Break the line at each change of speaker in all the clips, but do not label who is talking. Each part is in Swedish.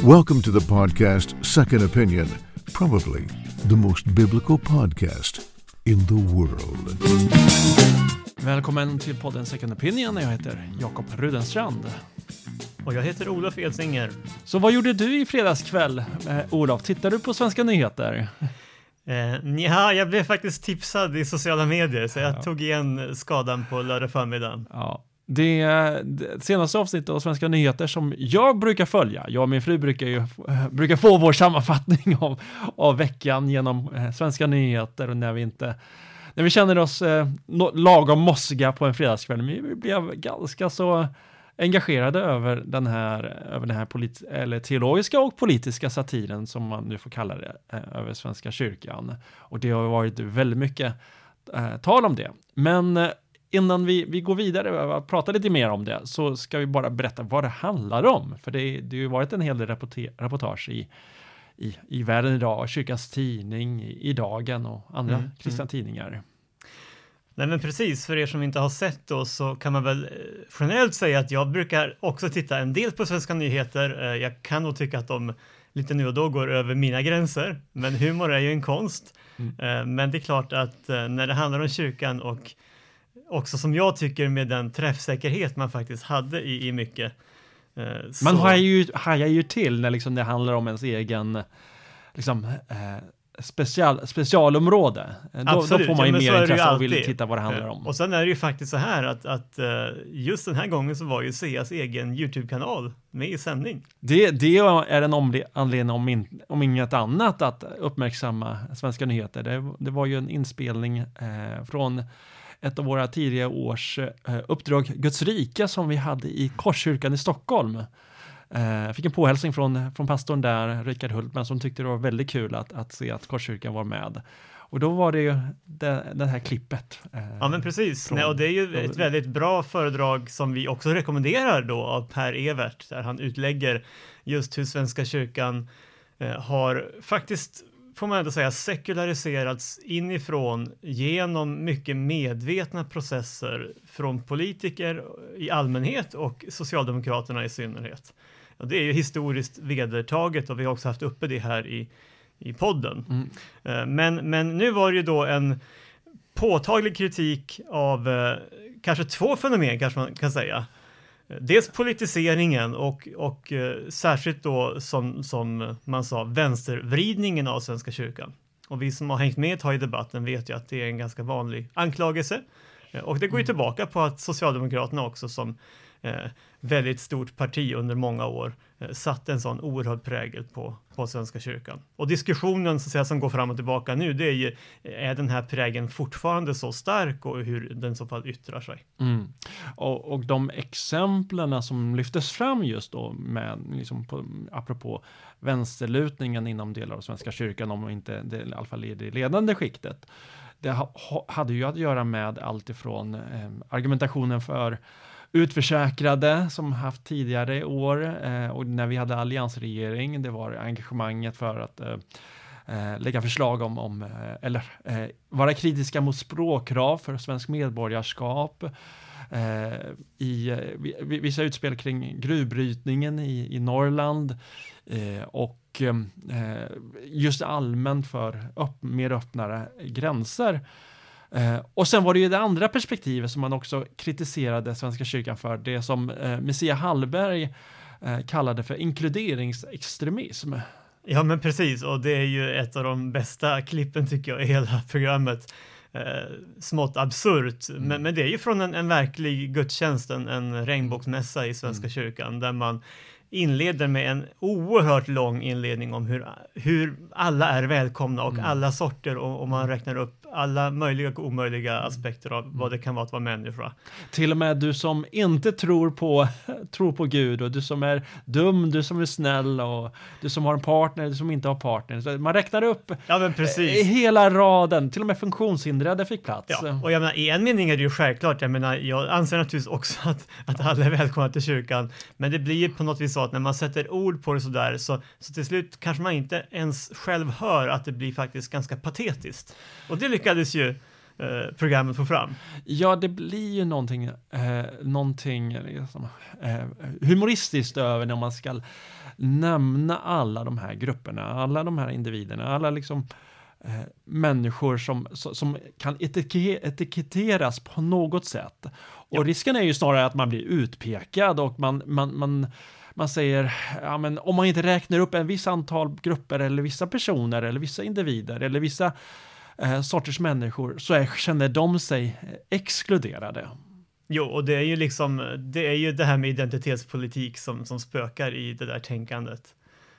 Welcome to the podcast Second Opinion, probably the most biblical podcast in the world.
Välkommen till podden Second Opinion. Jag heter Jakob Rudenstrand.
Och jag heter Olof Edsinger.
Så vad gjorde du i fredagskväll, Olof? Tittade du på Svenska nyheter?
Ja, jag blev faktiskt tipsad i sociala medier, så jag tog igen skadan på lördag förmiddagen.
Ja. Det senaste avsnittet av Svenska nyheter som jag brukar följa. Jag och min fru brukar få vår sammanfattning av veckan genom Svenska nyheter, och när vi känner oss lagom mossiga på en fredagskväll. Men vi blev ganska så engagerade över den här teologiska och politiska satiren, som man nu får kalla det, över Svenska kyrkan. Och det har varit väldigt mycket tal om det. Men innan vi går vidare och pratar lite mer om det, så ska vi bara berätta vad det handlar om. För det har ju varit en hel del reportage i Världen idag, Kyrkans tidning, i Dagen och andra kristna tidningar.
Nej, men precis, för er som inte har sett då, så kan man väl generellt säga att jag brukar också titta en del på Svenska nyheter. Jag kan nog tycka att de lite nu och då går över mina gränser, men humor är ju en konst. Men det är klart att när det handlar om kyrkan, och också som jag tycker med den träffsäkerhet man faktiskt hade i mycket.
Man hajar ju till när liksom det handlar om ens egen specialområde. Då får man ju mer intresse och vill titta vad det handlar om.
Och sen är det ju faktiskt så här att just den här gången så var ju CEAs egen YouTube-kanal med i sändning.
Det är en anledning om inget annat att uppmärksamma Svenska nyheter. Det var ju en inspelning från ett av våra tidiga års uppdrag Guds rike som vi hade i Korskyrkan i Stockholm. Fick en påhälsning från pastorn där, Richard Hultman, som tyckte det var väldigt kul att se att Korskyrkan var med. Och då var det ju det här klippet.
Ja, men precis. Och det är ju ett väldigt bra föredrag som vi också rekommenderar då av Per Evert, där han utlägger just hur Svenska kyrkan har faktiskt, får man ändå säga, sekulariserats inifrån genom mycket medvetna processer från politiker i allmänhet och Socialdemokraterna i synnerhet. Och det är ju historiskt vedertaget, och vi har också haft uppe det här i podden. Men nu var det ju då en påtaglig kritik av kanske två fenomen, kanske man kan säga. Dels politiseringen och särskilt då som man sa, vänstervridningen av Svenska kyrkan. Och vi som har hängt med i debatten vet ju att det är en ganska vanlig anklagelse. Och det går ju tillbaka på att Socialdemokraterna också som väldigt stort parti under många år satt en sån oerhörd prägel på Svenska kyrkan. Och diskussionen så att säga, som går fram och tillbaka nu, det är ju, är den här prägeln fortfarande så stark, och hur den i så fall yttrar sig.
Och de exemplen som lyftes fram just då med, liksom apropå vänsterlutningen inom delar av Svenska kyrkan, om inte det, i alla fall i det ledande skiktet, det hade ju att göra med allt ifrån argumentationen för utförsäkrade som haft tidigare år, och när vi hade alliansregering, det var engagemanget för att lägga förslag om vara kritiska mot språkkrav för svensk medborgarskap, i vissa utspel kring gruvbrytningen i Norrland, och just allmänt för mer öppnare gränser. Och sen var det ju det andra perspektivet som man också kritiserade Svenska kyrkan för, det som Messia Hallberg kallade för inkluderingsextremism.
Ja, men precis, och det är ju ett av de bästa klippen tycker jag i hela programmet. Smått absurt, men det är ju från en verklig gudstjänst, en regnbågsmässa i Svenska kyrkan, där man inleder med en oerhört lång inledning om hur alla är välkomna och alla sorter, och man räknar upp alla möjliga och omöjliga aspekter av vad det kan vara att vara människa.
Till och med du som inte tror på Gud, och du som är dum, du som är snäll, och du som har en partner, du som inte har partner. Så man räknar upp hela raden, till och med funktionshindrade fick plats.
Ja, och jag menar, i en mening är det ju självklart, jag anser naturligtvis också att alla är välkomna till kyrkan, men det blir på något vis så att när man sätter ord på det sådär, så till slut kanske man inte ens själv hör att det blir faktiskt ganska patetiskt. Och det lyckades ju programmet får fram.
Ja, det blir ju någonting liksom, humoristiskt över när man ska nämna alla de här grupperna, alla de här individerna, alla liksom människor som kan etiketteras på något sätt. Och risken är ju snarare att man blir utpekad och man säger, ja, men om man inte räknar upp en viss antal grupper eller vissa personer eller vissa individer eller vissa sorters människor så känner de sig exkluderade.
Jo, och det är ju liksom, det är ju det här med identitetspolitik som spökar i det där tänkandet.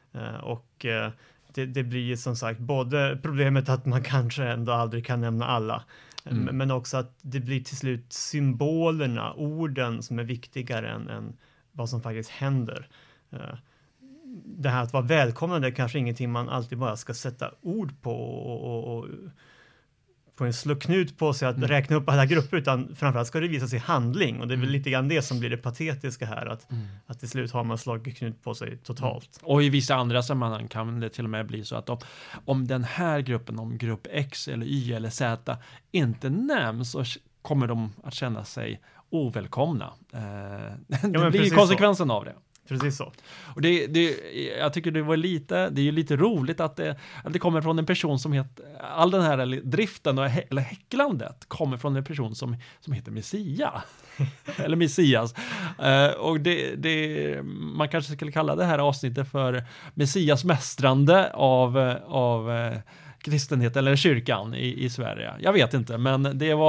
Det blir ju som sagt både problemet att man kanske ändå aldrig kan nämna alla, men också att det blir till slut symbolerna, orden som är viktigare än vad som faktiskt händer. Det här att vara välkomnande är kanske ingenting man alltid bara ska sätta ord på och på en slå-knut på sig att räkna upp alla grupper, utan framförallt ska det visas i handling, och det är väl lite grann det som blir det patetiska här, att till slut har man slagit knut på sig totalt.
Och i vissa andra sammanhang kan det till och med bli så att om den här gruppen, om grupp X eller Y eller Z inte nämns, så kommer de att känna sig ovälkomna. Det blir konsekvensen av det.
Precis så.
Och jag tycker det är ju lite roligt att det kommer från en person som heter, all den här driften eller häcklandet kommer från en person som heter Messia. Eller Messias. Och man kanske skulle kalla det här avsnittet för Messias mästrande av kristenhet eller kyrkan i Sverige. Jag vet inte, men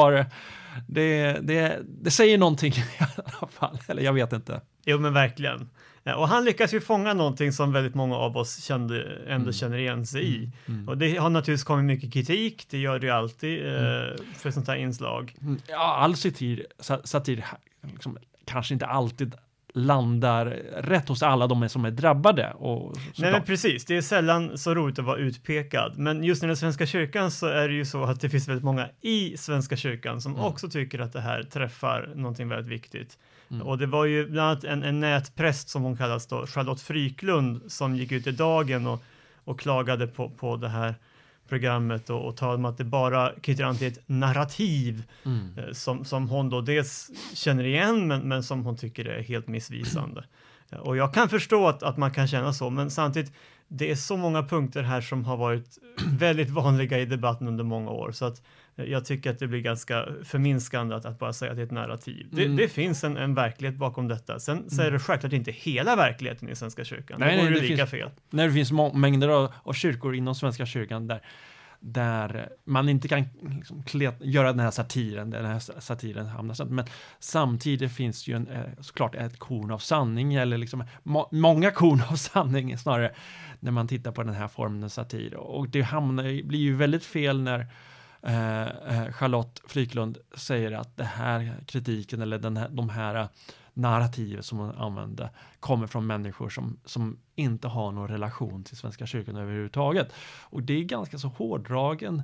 det säger någonting i alla fall. Eller jag vet inte.
Jo, men verkligen. Och han lyckas ju fånga någonting som väldigt många av oss känner igen sig i. Och det har naturligtvis kommit mycket kritik, det gör det ju alltid för sånt här inslag.
Ja, all satir liksom, kanske inte alltid landar rätt hos alla de som är drabbade.
Nej, men precis. Det är sällan så roligt att vara utpekad. Men just när det är Svenska kyrkan så är det ju så att det finns väldigt många i Svenska kyrkan som också tycker att det här träffar någonting väldigt viktigt. Och det var ju bland annat en nätpräst som hon kallas då, Charlotte Fryklund, som gick ut i Dagen och klagade på det här programmet och talade om att det bara knyter an till ett narrativ som hon då dels känner igen men som hon tycker är helt missvisande. Och jag kan förstå att man kan känna så, men samtidigt det är så många punkter här som har varit väldigt vanliga i debatten under många år, så att jag tycker att det blir ganska förminskande att bara säga att det är ett narrativ. Det finns en verklighet bakom detta. Sen så är det självklart inte hela verkligheten i Svenska kyrkan.
Nej,
det lika fel.
När det finns mängder av kyrkor inom Svenska kyrkan där man inte kan liksom göra den här satiren hamnar. Men samtidigt finns ju såklart ett korn av sanning, eller liksom många korn av sanning snarare, när man tittar på den här formen av satir. Och det blir ju väldigt fel när Charlotte Fryklund säger att det här kritiken eller de här narrativet som man använder kommer från människor som inte har någon relation till Svenska kyrkan överhuvudtaget. Och det är ganska så hårdragen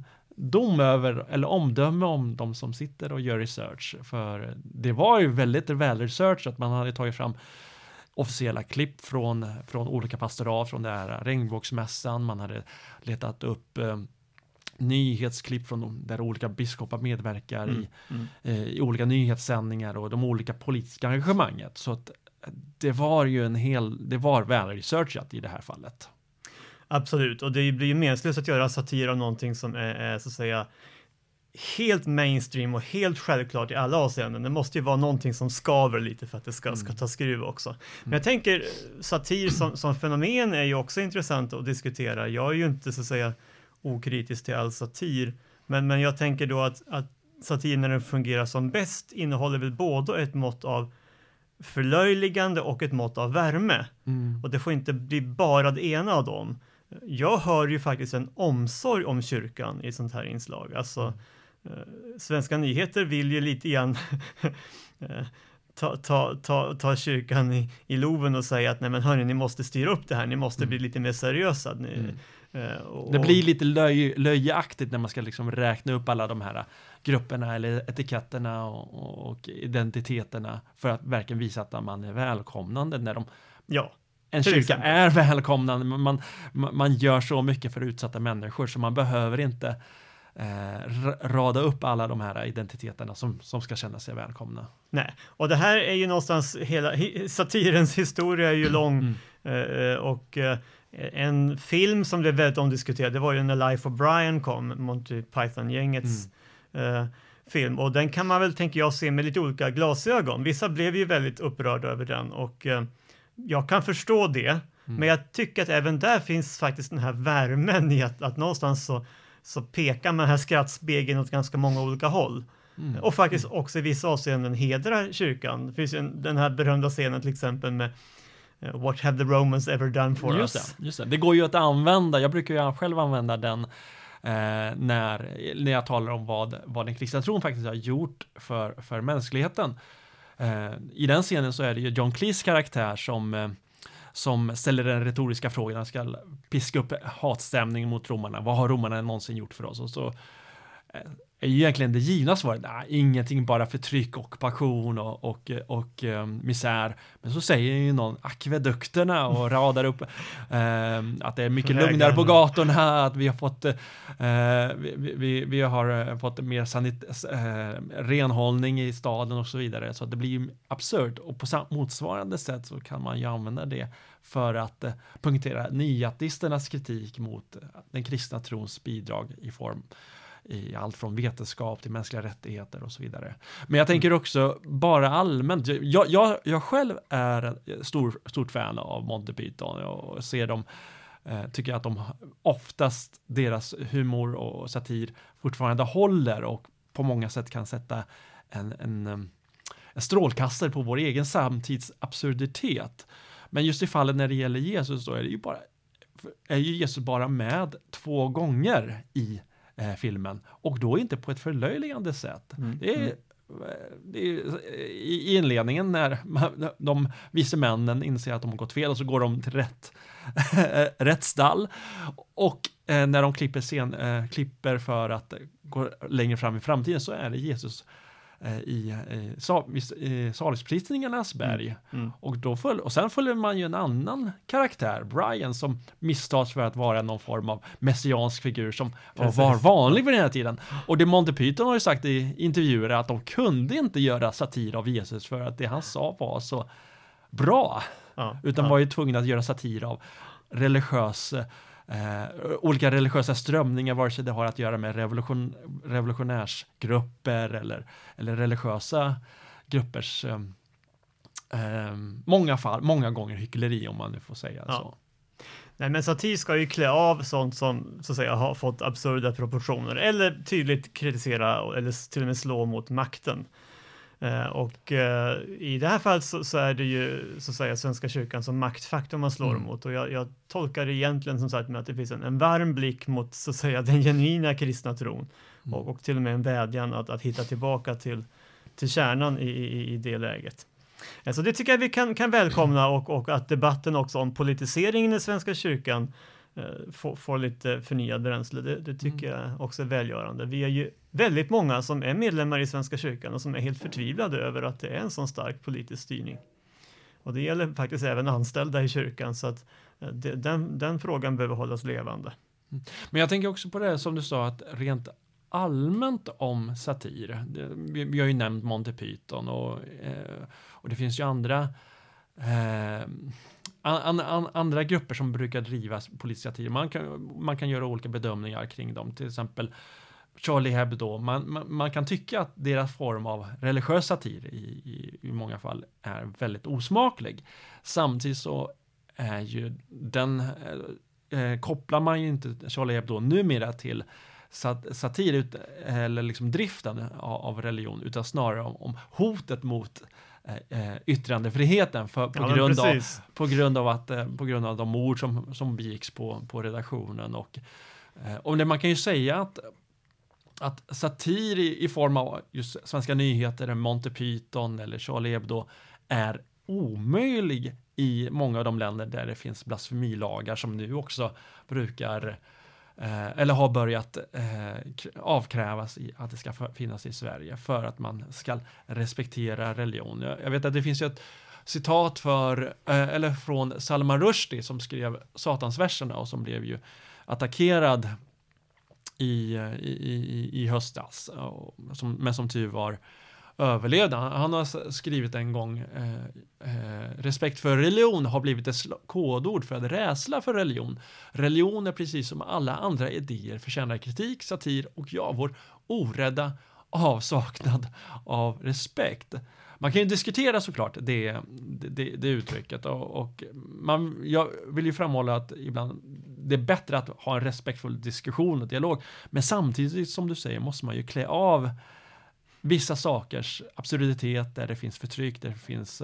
omdöme om de som sitter och gör research. För det var ju väldigt väl research att man hade tagit fram officiella klipp från olika pastorat, från det här regnbågsmässan. Man hade letat upp nyhetsklipp från där olika biskopar medverkar i olika nyhetssändningar och de olika politiska engagemanget. Så att det var väl researchat i det här fallet.
Absolut, och det blir ju meningslöst att göra satir av någonting som är så att säga helt mainstream och helt självklart i alla avseenden. Det måste ju vara någonting som skaver lite för att det ska ta skruv också. Men jag tänker, satir som fenomen är ju också intressant att diskutera. Jag är ju inte så att säga okritisk till all satir, men jag tänker då att satir när den fungerar som bäst innehåller väl både ett mått av förlöjligande och ett mått av värme. Och det får inte bli bara det ena av dem. Jag hör ju faktiskt en omsorg om kyrkan i ett sånt här inslag. Alltså, Svenska nyheter vill ju lite grann ta kyrkan i loven och säga att nej men hörni, ni måste styra upp det här, ni måste bli lite mer seriösa.
Det blir lite löjeaktigt när man ska liksom räkna upp alla de här grupperna eller etiketterna och identiteterna för att verkligen visa att man är välkomnande när en kyrka är välkomnande. Man gör så mycket för utsatta människor så man behöver inte rada upp alla de här identiteterna som ska känna sig välkomna.
Nej, och det här är ju någonstans satirens historia är ju lång och en film som blev väldigt omdiskuterad, det var ju när Life of Brian kom, Monty Python-gängets film, och den kan man väl, tänker jag, se med lite olika glasögon. Vissa blev ju väldigt upprörda över den och jag kan förstå det, men jag tycker att även där finns faktiskt den här värmen i att någonstans så pekar man här skrattspegeln åt ganska många olika håll. Och faktiskt också i vissa avseenden hedrar kyrkan. Det finns ju den här berömda scenen till exempel med What have the Romans ever done for us?
Just det. Det går ju att använda, jag brukar ju själv använda den när jag talar om vad den kristna tron faktiskt har gjort för mänskligheten. I den scenen så är det ju John Cleese karaktär som ställer den retoriska frågan, han ska piska upp hatstämning mot romarna. Vad har romarna någonsin gjort för oss? Och så är ju egentligen det givna svaret, ingenting, bara förtryck, ockupation och misär. Men så säger ju någon akvedukterna och radar upp att det är mycket lugnare på gatorna, att vi har fått vi har fått mer renhållning i staden och så vidare. Så det blir ju absurt, och på motsvarande sätt så kan man ju använda det för att punktera nyateisternas kritik mot den kristna trons bidrag i allt från vetenskap till mänskliga rättigheter och så vidare. Men jag tänker också bara allmänt, jag själv är stort fan av Monty Python och ser dem, tycker att de oftast, deras humor och satir fortfarande håller och på många sätt kan sätta en strålkastare på vår egen samtids absurditet. Men just i fallet när det gäller Jesus, då är ju Jesus bara med 2 gånger i filmen, och då inte på ett förlöjligande sätt. Det är i inledningen när de vise männen inser att de har gått fel, och så går de till rätt stall, och när de klipper för att gå längre fram i framtiden, så är det Jesus i saligprisningarnas berg. Och sen följer man ju en annan karaktär, Brian, som misstas för att vara någon form av messiansk figur som var vanlig vid den här tiden. Och det Monty Python har ju sagt i intervjuer att de kunde inte göra satir av Jesus för att det han sa var så bra, utan var ju tvungna att göra satir av olika religiösa strömningar, vare sig det har att göra med revolutionärsgrupper eller religiösa gruppers många gånger hyckleri, om man nu får säga så.
Nej, men satir ska ju klä av sånt som så att säga har fått absurda proportioner eller tydligt kritisera eller till och med slå mot makten. Och i det här fallet så är det ju så att säga Svenska kyrkan som maktfaktor man slår emot, och jag tolkar det egentligen som sagt med att det finns en varm blick mot så att säga den genuina kristna tron och till och med en vädjan att hitta tillbaka till kärnan i det läget. Så det tycker jag vi kan välkomna, och att debatten också om politiseringen i Svenska kyrkan får lite förnyad bränsle. Det tycker jag också är välgörande. Vi är ju väldigt många som är medlemmar i Svenska kyrkan och som är helt förtvivlade över att det är en sån stark politisk styrning. Och det gäller faktiskt även anställda i kyrkan, så att den frågan behöver hållas levande.
Men jag tänker också på det som du sa, att rent allmänt om satir. Vi har ju nämnt Monty Python och det finns ju andra grupper som brukar driva politisk satir. Man kan göra olika bedömningar kring dem. Till exempel Charlie Hebdo. Man kan tycka att deras form av religiös satir i många fall är väldigt osmaklig. Samtidigt så är ju kopplar man ju inte Charlie Hebdo numera till satir eller liksom driften av religion, utan snarare om hotet mot yttrandefriheten på grund av de ord som begicks på redaktionen, och det man kan ju säga att satir i form av just Svenska nyheter, Monty Python eller Charlie Hebdo är omöjlig i många av de länder där det finns blasfemilagar som nu också brukar eller har börjat avkrävas att det ska finnas i Sverige för att man ska respektera religion. Jag vet att det finns ju ett citat från Salman Rushdie som skrev Satansverserna och som blev ju attackerad i höstas, men som tur var överlevde. Han har skrivit en gång respekt för religion har blivit ett kodord för att rädsla för religion. Religion är precis som alla andra idéer förtjänar kritik, satir och vår orädda avsaknad av respekt. Man kan ju diskutera såklart det uttrycket och jag vill ju framhålla att ibland det är bättre att ha en respektfull diskussion och dialog, men samtidigt som du säger måste man ju klä av vissa sakers absurditet där det finns förtryck, där det finns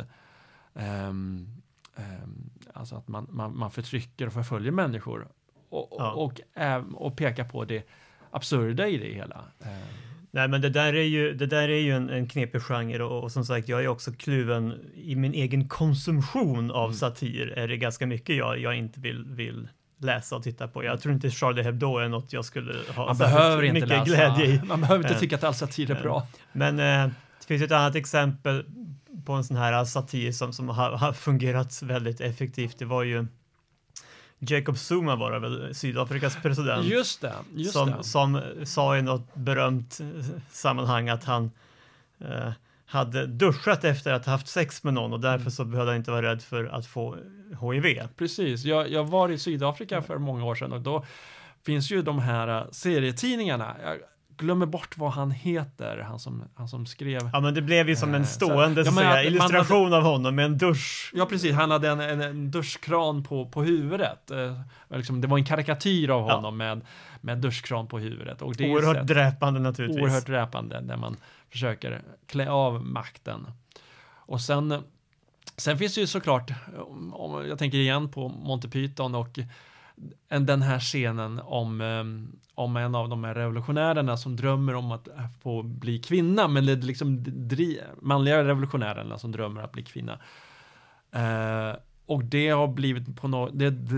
alltså att man förtrycker och förföljer människor och peka på det absurda i det hela.
Nej, men det där är ju en knepig genre och som sagt, jag är också kluven i min egen konsumtion av satir. Är det ganska mycket jag inte vill läsa och titta på. Jag tror inte Charlie Hebdo är något jag skulle ha
man behöver inte
mycket
läsa.
Glädje i.
Man behöver inte tycka att all satir är bra.
Men det finns ett annat exempel på en sån här satir som har fungerat väldigt effektivt. Det var ju Jacob Zuma var det väl, Sydafrikas president.
Just det.
Som sa i något berömt sammanhang att han hade duschat efter att ha haft sex med någon och därför så behövde han inte vara rädd för att få HIV.
Precis, jag var i Sydafrika för många år sedan och då finns ju de här serietidningarna. Jag glömmer bort vad han heter, han som skrev.
Ja, men det blev ju som en stående illustration av honom med en dusch.
Ja, precis. Han hade en duschkran på huvudet. Det var en karikatyr av honom med duschkran på huvudet. Och det är
oerhört dräpande naturligtvis.
Oerhört dräpande när man försöker klä av makten. Och sen finns det ju såklart, om jag tänker igen på Monty Python och den här scenen om en av de här revolutionärerna som drömmer om att få bli kvinna, men det är liksom manliga revolutionärerna som drömmer att bli kvinna. Och det har blivit på något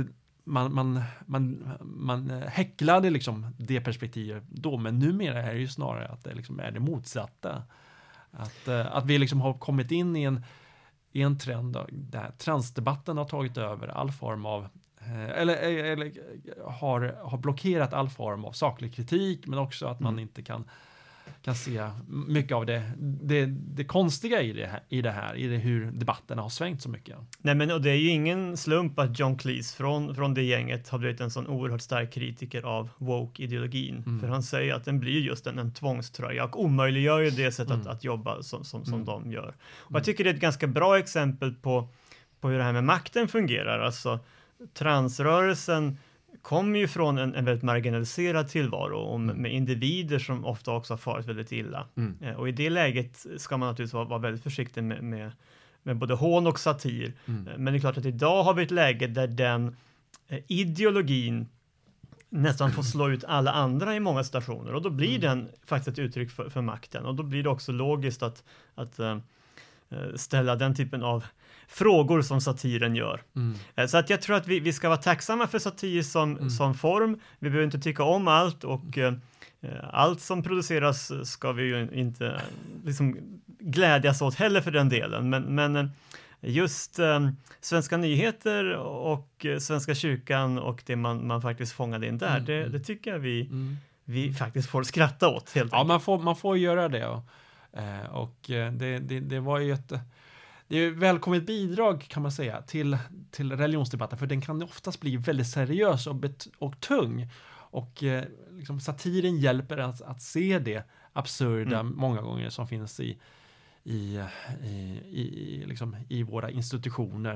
man häcklade liksom det perspektivet då, men numera är det ju snarare att det liksom är det motsatta. Att vi liksom har kommit in i en trend där transdebatten har tagit över all form av eller har blockerat all form av saklig kritik, men också att man inte kan se mycket av det konstiga i det hur debatterna har svängt så mycket.
Nej, men och det är ju ingen slump att John Cleese från det gänget har blivit en sån oerhört stark kritiker av woke-ideologin. För han säger att den blir just en tvångströja och omöjliggör ju det sättet att jobba som de gör. Och jag tycker det är ett ganska bra exempel på hur det här med makten fungerar. Alltså transrörelsen kommer ju från en väldigt marginaliserad tillvaro och med individer som ofta också har farit väldigt illa. Och i det läget ska man naturligtvis vara väldigt försiktig med både hån och satir. Men det är klart att idag har vi ett läge där den ideologin nästan får slå ut alla andra i många situationer och då blir den faktiskt ett uttryck för makten och då blir det också logiskt att ställa den typen av frågor som satiren gör. Så att jag tror att vi ska vara tacksamma för satir som form. Vi behöver inte tycka om allt och allt som produceras ska vi ju inte liksom glädjas åt heller för den delen. Men just Svenska nyheter och Svenska kyrkan och det man faktiskt fångade in där, det tycker jag vi faktiskt får skratta åt helt enkelt.
Ja, man får göra det. Och det var ju det är ett välkommet bidrag kan man säga till religionsdebatten, för den kan oftast bli väldigt seriös och tung och liksom satiren hjälper att se det absurda många gånger som finns i våra institutioner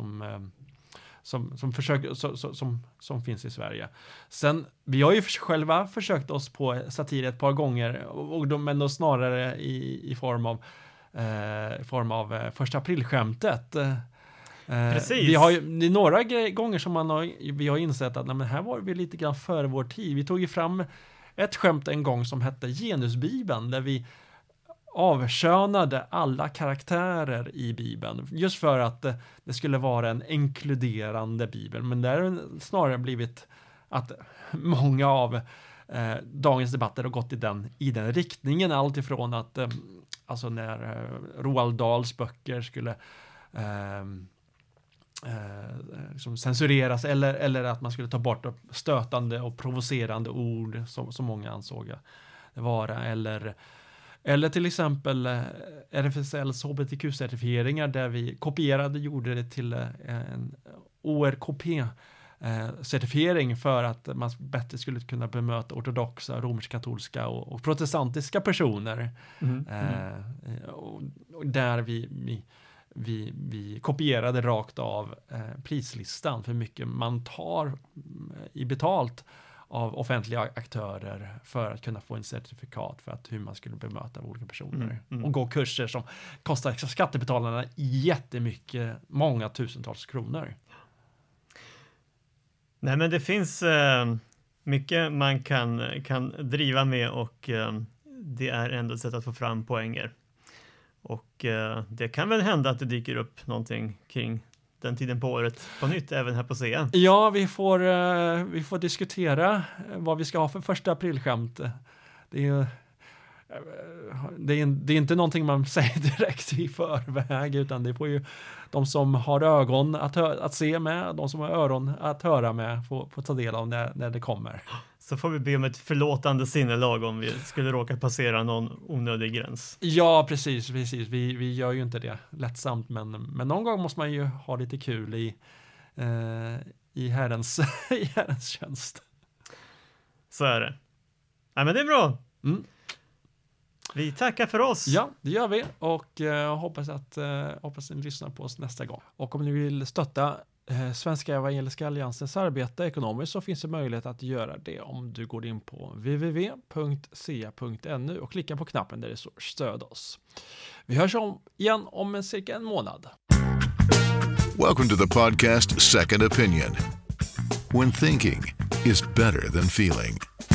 som finns i Sverige. Sen, vi har ju själva försökt oss på satir ett par gånger men då snarare i form av första aprilskämtet.
Precis.
Det är några gånger som vi har insett att men här var vi lite grann före vår tid. Vi tog ju fram ett skämt en gång som hette Genusbibeln, där vi avkönade alla karaktärer i Bibeln just för att det skulle vara en inkluderande bibel, men där har snarare blivit att många av dagens debatter har gått i den riktningen, allt ifrån att alltså när Roald Dahls böcker skulle liksom censureras eller att man skulle ta bort stötande och provocerande ord som många ansåg det vara, eller till exempel RFSLs HBTQ-certifieringar där vi gjorde det till en ORKP-certifiering för att man bättre skulle kunna bemöta ortodoxa, romersk-katolska och protestantiska personer. Och där vi kopierade rakt av prislistan för mycket man tar i betalt av offentliga aktörer för att kunna få en certifikat för att hur man skulle bemöta olika personer. Och gå kurser som kostar skattebetalarna jättemycket, många tusentals kronor.
Nej, men det finns mycket man kan driva med och det är ändå ett sätt att få fram poänger. Och det kan väl hända att det dyker upp någonting kring den tiden på året på nytt även här på CN.
Ja, vi får diskutera vad vi ska ha för första aprilskämt. Det är inte någonting man säger direkt i förväg, utan det får ju de som har ögon att se med, de som har öron att höra med får ta del av när det kommer.
Så får vi be om ett förlåtande sinnelag om vi skulle råka passera någon onödig gräns.
Ja, precis. Vi gör ju inte det lättsamt, men någon gång måste man ju ha lite kul i herrens tjänst.
Så är det. Ja, men det är bra. Vi tackar för oss.
Ja, det gör vi, och hoppas ni lyssnar på oss nästa gång. Och om ni vill stötta Svenska Evangeliska Alliansens arbete ekonomiskt så finns det möjlighet att göra det om du går in på www.ca.nu och klickar på knappen där det står stöd oss. Vi hörs igen om cirka en månad.
Welcome to the podcast Second Opinion. When thinking is better than feeling.